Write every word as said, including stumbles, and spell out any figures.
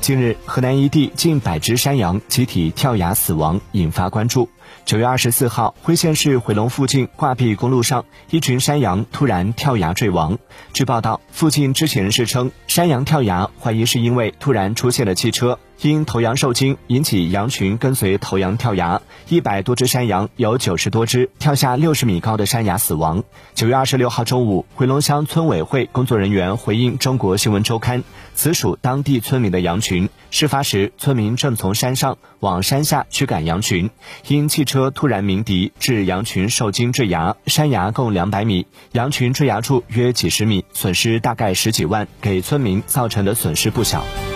近日，河南一地近百只山羊集体跳崖死亡，引发关注。九月二十四号，辉县市回龙附近挂壁公路上，一群山羊突然跳崖坠亡。据报道，附近知情人士称，山羊跳崖怀疑是因为突然出现了汽车，因头羊受惊引起羊群跟随头羊跳崖，一百多只山羊有九十多只跳下六十米高的山崖死亡。九月二十六号中午，回龙乡村委会工作人员回应中国新闻周刊，此属当地村民的羊群，事发时村民正从山上往山下驱赶羊群，因汽车突然鸣笛致羊群受惊坠崖，山崖共两百米，羊群坠崖处约几十米，损失大概十几万，给村民造成的损失不小。